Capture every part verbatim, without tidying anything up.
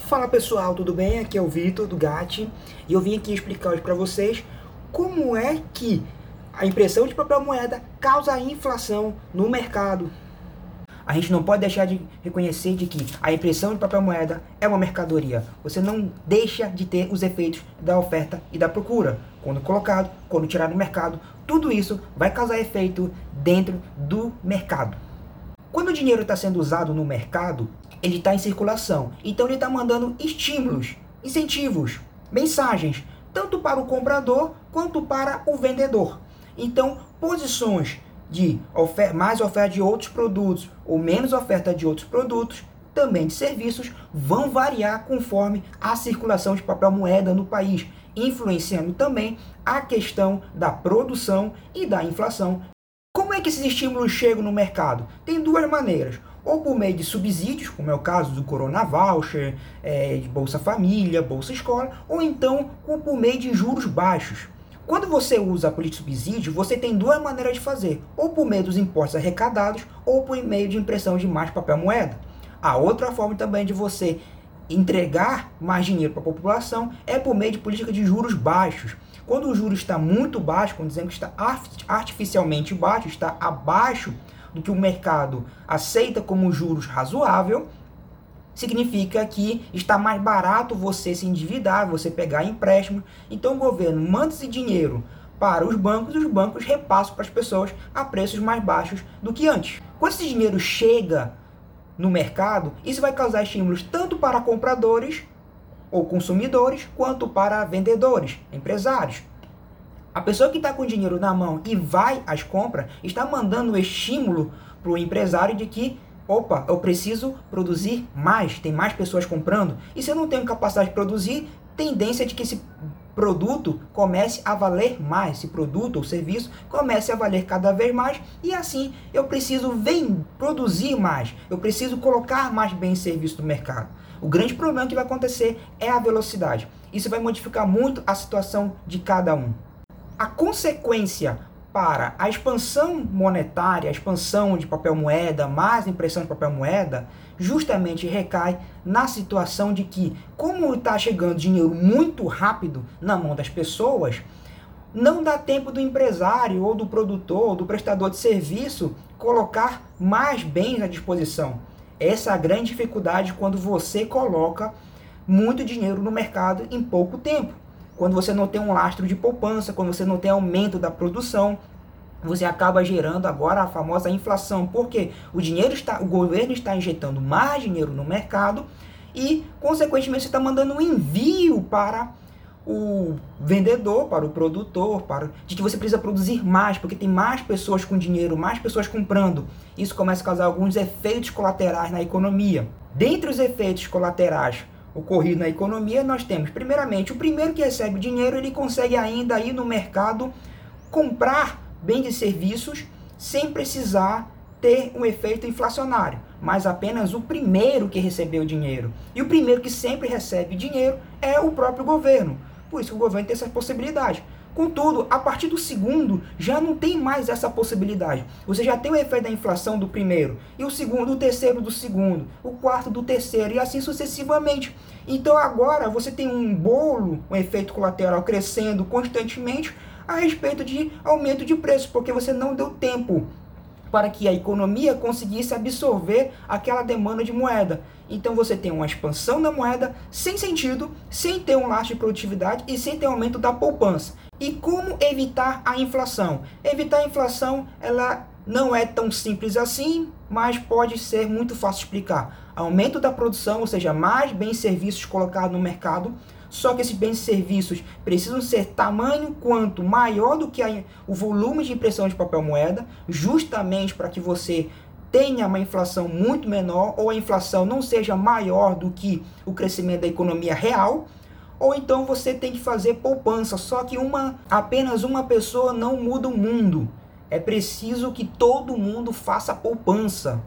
Fala pessoal, tudo bem? Aqui é o Vitor do Gatti e eu vim aqui explicar hoje para vocês como é que a impressão de papel moeda causa inflação no mercado. A gente não pode deixar de reconhecer de que a impressão de papel moeda é uma mercadoria. Você não deixa de ter os efeitos da oferta e da procura. Quando colocado, quando tirado do mercado, tudo isso vai causar efeito dentro do mercado. Quando o dinheiro está sendo usado no mercado, ele está em circulação. Então ele está mandando estímulos, incentivos, mensagens, tanto para o comprador quanto para o vendedor. Então, posições de ofer- mais oferta de outros produtos ou menos oferta de outros produtos, também de serviços, vão variar conforme a circulação de papel moeda no país, influenciando também a questão da produção e da inflação. Como é que esses estímulos chegam no mercado? Tem duas maneiras. Ou por meio de subsídios, como é o caso do Corona Voucher, é, de Bolsa Família, Bolsa Escola, ou então por meio de juros baixos. Quando você usa a política de subsídio, você tem duas maneiras de fazer, ou por meio dos impostos arrecadados, ou por meio de impressão de mais papel moeda. A outra forma também de você entregar mais dinheiro para a população é por meio de política de juros baixos. Quando o juro está muito baixo, quando dizemos que está artificialmente baixo, está abaixo do que o mercado aceita como juros razoável, significa que está mais barato você se endividar, você pegar empréstimo. Então o governo manda esse dinheiro para os bancos e os bancos repassam para as pessoas a preços mais baixos do que antes. Quando esse dinheiro chega no mercado, isso vai causar estímulos tanto para compradores ou consumidores, quanto para vendedores, empresários. A pessoa que está com o dinheiro na mão e vai às compras, está mandando o estímulo para o empresário de que, opa, eu preciso produzir mais, tem mais pessoas comprando, e se eu não tenho capacidade de produzir, tendência de que esse produto comece a valer mais, esse produto ou serviço comece a valer cada vez mais, e assim eu preciso vem, produzir mais, eu preciso colocar mais bens e serviços no mercado. O grande problema que vai acontecer é a velocidade. Isso vai modificar muito a situação de cada um. A consequência para a expansão monetária, a expansão de papel moeda, mais impressão de papel moeda, justamente recai na situação de que, como está chegando dinheiro muito rápido na mão das pessoas, não dá tempo do empresário, ou do produtor, ou do prestador de serviço colocar mais bens à disposição. Essa é a grande dificuldade quando você coloca muito dinheiro no mercado em pouco tempo. Quando você não tem um lastro de poupança, quando você não tem aumento da produção, você acaba gerando agora a famosa inflação, porque o dinheiro está, o governo está injetando mais dinheiro no mercado e, consequentemente, você está mandando um envio para o vendedor, para o produtor, para de que você precisa produzir mais, porque tem mais pessoas com dinheiro, mais pessoas comprando. Isso começa a causar alguns efeitos colaterais na economia. Dentre os efeitos colaterais ocorridos na economia, nós temos, primeiramente, o primeiro que recebe dinheiro, ele consegue ainda ir no mercado comprar bens e serviços sem precisar ter um efeito inflacionário, mas apenas o primeiro que recebeu dinheiro. E o primeiro que sempre recebe dinheiro é o próprio governo. Por isso que o governo tem essa possibilidade. Contudo, a partir do segundo, já não tem mais essa possibilidade. Você já tem o efeito da inflação do primeiro, e o segundo, o terceiro do segundo, o quarto do terceiro, e assim sucessivamente. Então agora você tem um bolo, um efeito colateral crescendo constantemente a respeito de aumento de preços, porque você não deu tempo para que a economia conseguisse absorver aquela demanda de moeda. Então você tem uma expansão da moeda sem sentido, sem ter um lastro de produtividade e sem ter aumento da poupança. E como evitar a inflação? Evitar a inflação, ela não é tão simples assim, mas pode ser muito fácil de explicar. Aumento da produção, ou seja, mais bens e serviços colocados no mercado, só que esses bens e serviços precisam ser tamanho quanto maior do que a, o volume de impressão de papel moeda, justamente para que você tenha uma inflação muito menor, ou a inflação não seja maior do que o crescimento da economia real, ou então você tem que fazer poupança, só que uma, apenas uma pessoa não muda o mundo. É preciso que todo mundo faça poupança.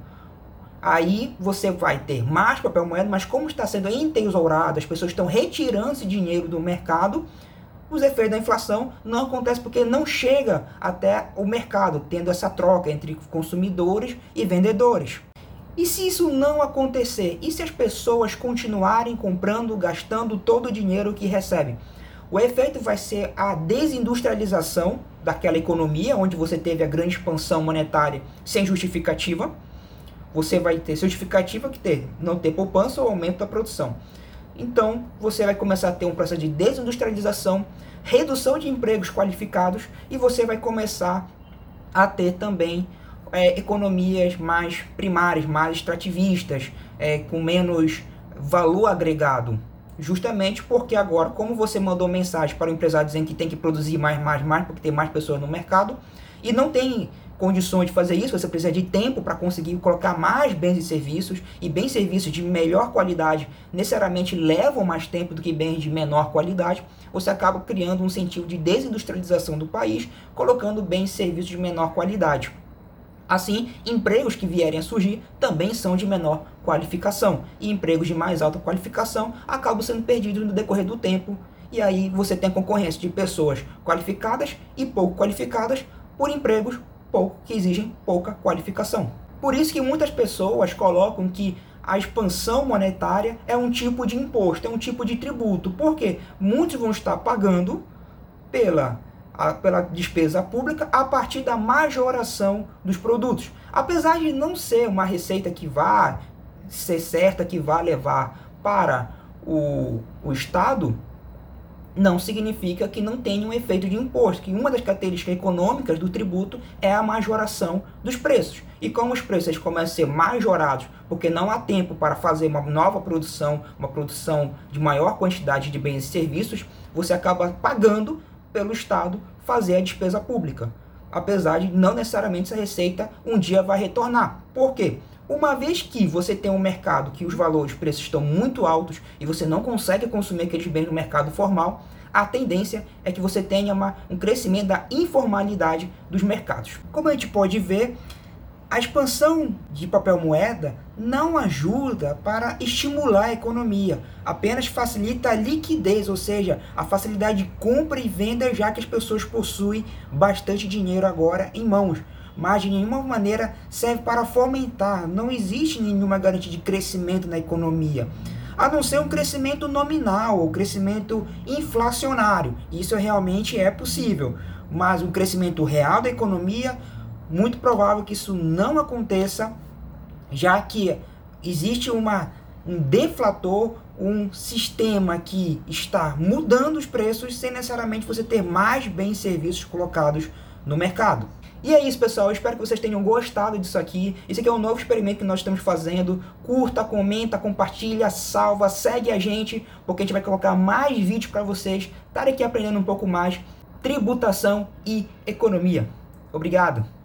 Aí você vai ter mais papel moeda, mas como está sendo entesourado, as pessoas estão retirando esse dinheiro do mercado, os efeitos da inflação não acontecem porque não chega até o mercado, tendo essa troca entre consumidores e vendedores. E se isso não acontecer? E se as pessoas continuarem comprando, gastando todo o dinheiro que recebem? O efeito vai ser a desindustrialização daquela economia, onde você teve a grande expansão monetária sem justificativa. Você vai ter justificativa que ter, não ter poupança ou aumento da produção. Então, você vai começar a ter um processo de desindustrialização, redução de empregos qualificados, e você vai começar a ter também é, economias mais primárias, mais extrativistas, é, com menos valor agregado. Justamente porque agora, como você mandou mensagem para o empresário dizendo que tem que produzir mais, mais, mais, porque tem mais pessoas no mercado, e não tem condições de fazer isso, você precisa de tempo para conseguir colocar mais bens e serviços, e bens e serviços de melhor qualidade necessariamente levam mais tempo do que bens de menor qualidade, você acaba criando um sentido de desindustrialização do país, colocando bens e serviços de menor qualidade. Assim, empregos que vierem a surgir também são de menor qualificação, e empregos de mais alta qualificação acabam sendo perdidos no decorrer do tempo, e aí você tem a concorrência de pessoas qualificadas e pouco qualificadas por empregos pouco, que exigem pouca qualificação. Por isso que muitas pessoas colocam que a expansão monetária é um tipo de imposto, é um tipo de tributo, porque muitos vão estar pagando pela A, pela despesa pública a partir da majoração dos produtos. Apesar de não ser uma receita que vá ser certa, que vá levar para o, o Estado, não significa que não tenha um efeito de imposto, que uma das características econômicas do tributo é a majoração dos preços. E como os preços começam a ser majorados, porque não há tempo para fazer uma nova produção, uma produção de maior quantidade de bens e serviços, você acaba pagando pelo Estado fazer a despesa pública, apesar de não necessariamente essa receita um dia vai retornar. Por quê? Uma vez que você tem um mercado que os valores, os preços estão muito altos e você não consegue consumir aqueles bens no mercado formal, a tendência é que você tenha uma, um crescimento da informalidade dos mercados. Como a gente pode ver, a expansão de papel moeda não ajuda para estimular a economia, apenas facilita a liquidez, ou seja, a facilidade de compra e venda, já que as pessoas possuem bastante dinheiro agora em mãos. Mas de nenhuma maneira serve para fomentar, não existe nenhuma garantia de crescimento na economia, a não ser um crescimento nominal ou crescimento inflacionário. Isso realmente é possível, mas um crescimento real da economia, muito provável que isso não aconteça, já que existe uma, um deflator, um sistema que está mudando os preços sem necessariamente você ter mais bens e serviços colocados no mercado. E é isso, pessoal. Eu espero que vocês tenham gostado disso aqui. Esse aqui é um novo experimento que nós estamos fazendo. Curta, comenta, compartilha, salva, segue a gente, porque a gente vai colocar mais vídeos para vocês estarem aqui aprendendo um pouco mais tributação e economia. Obrigado!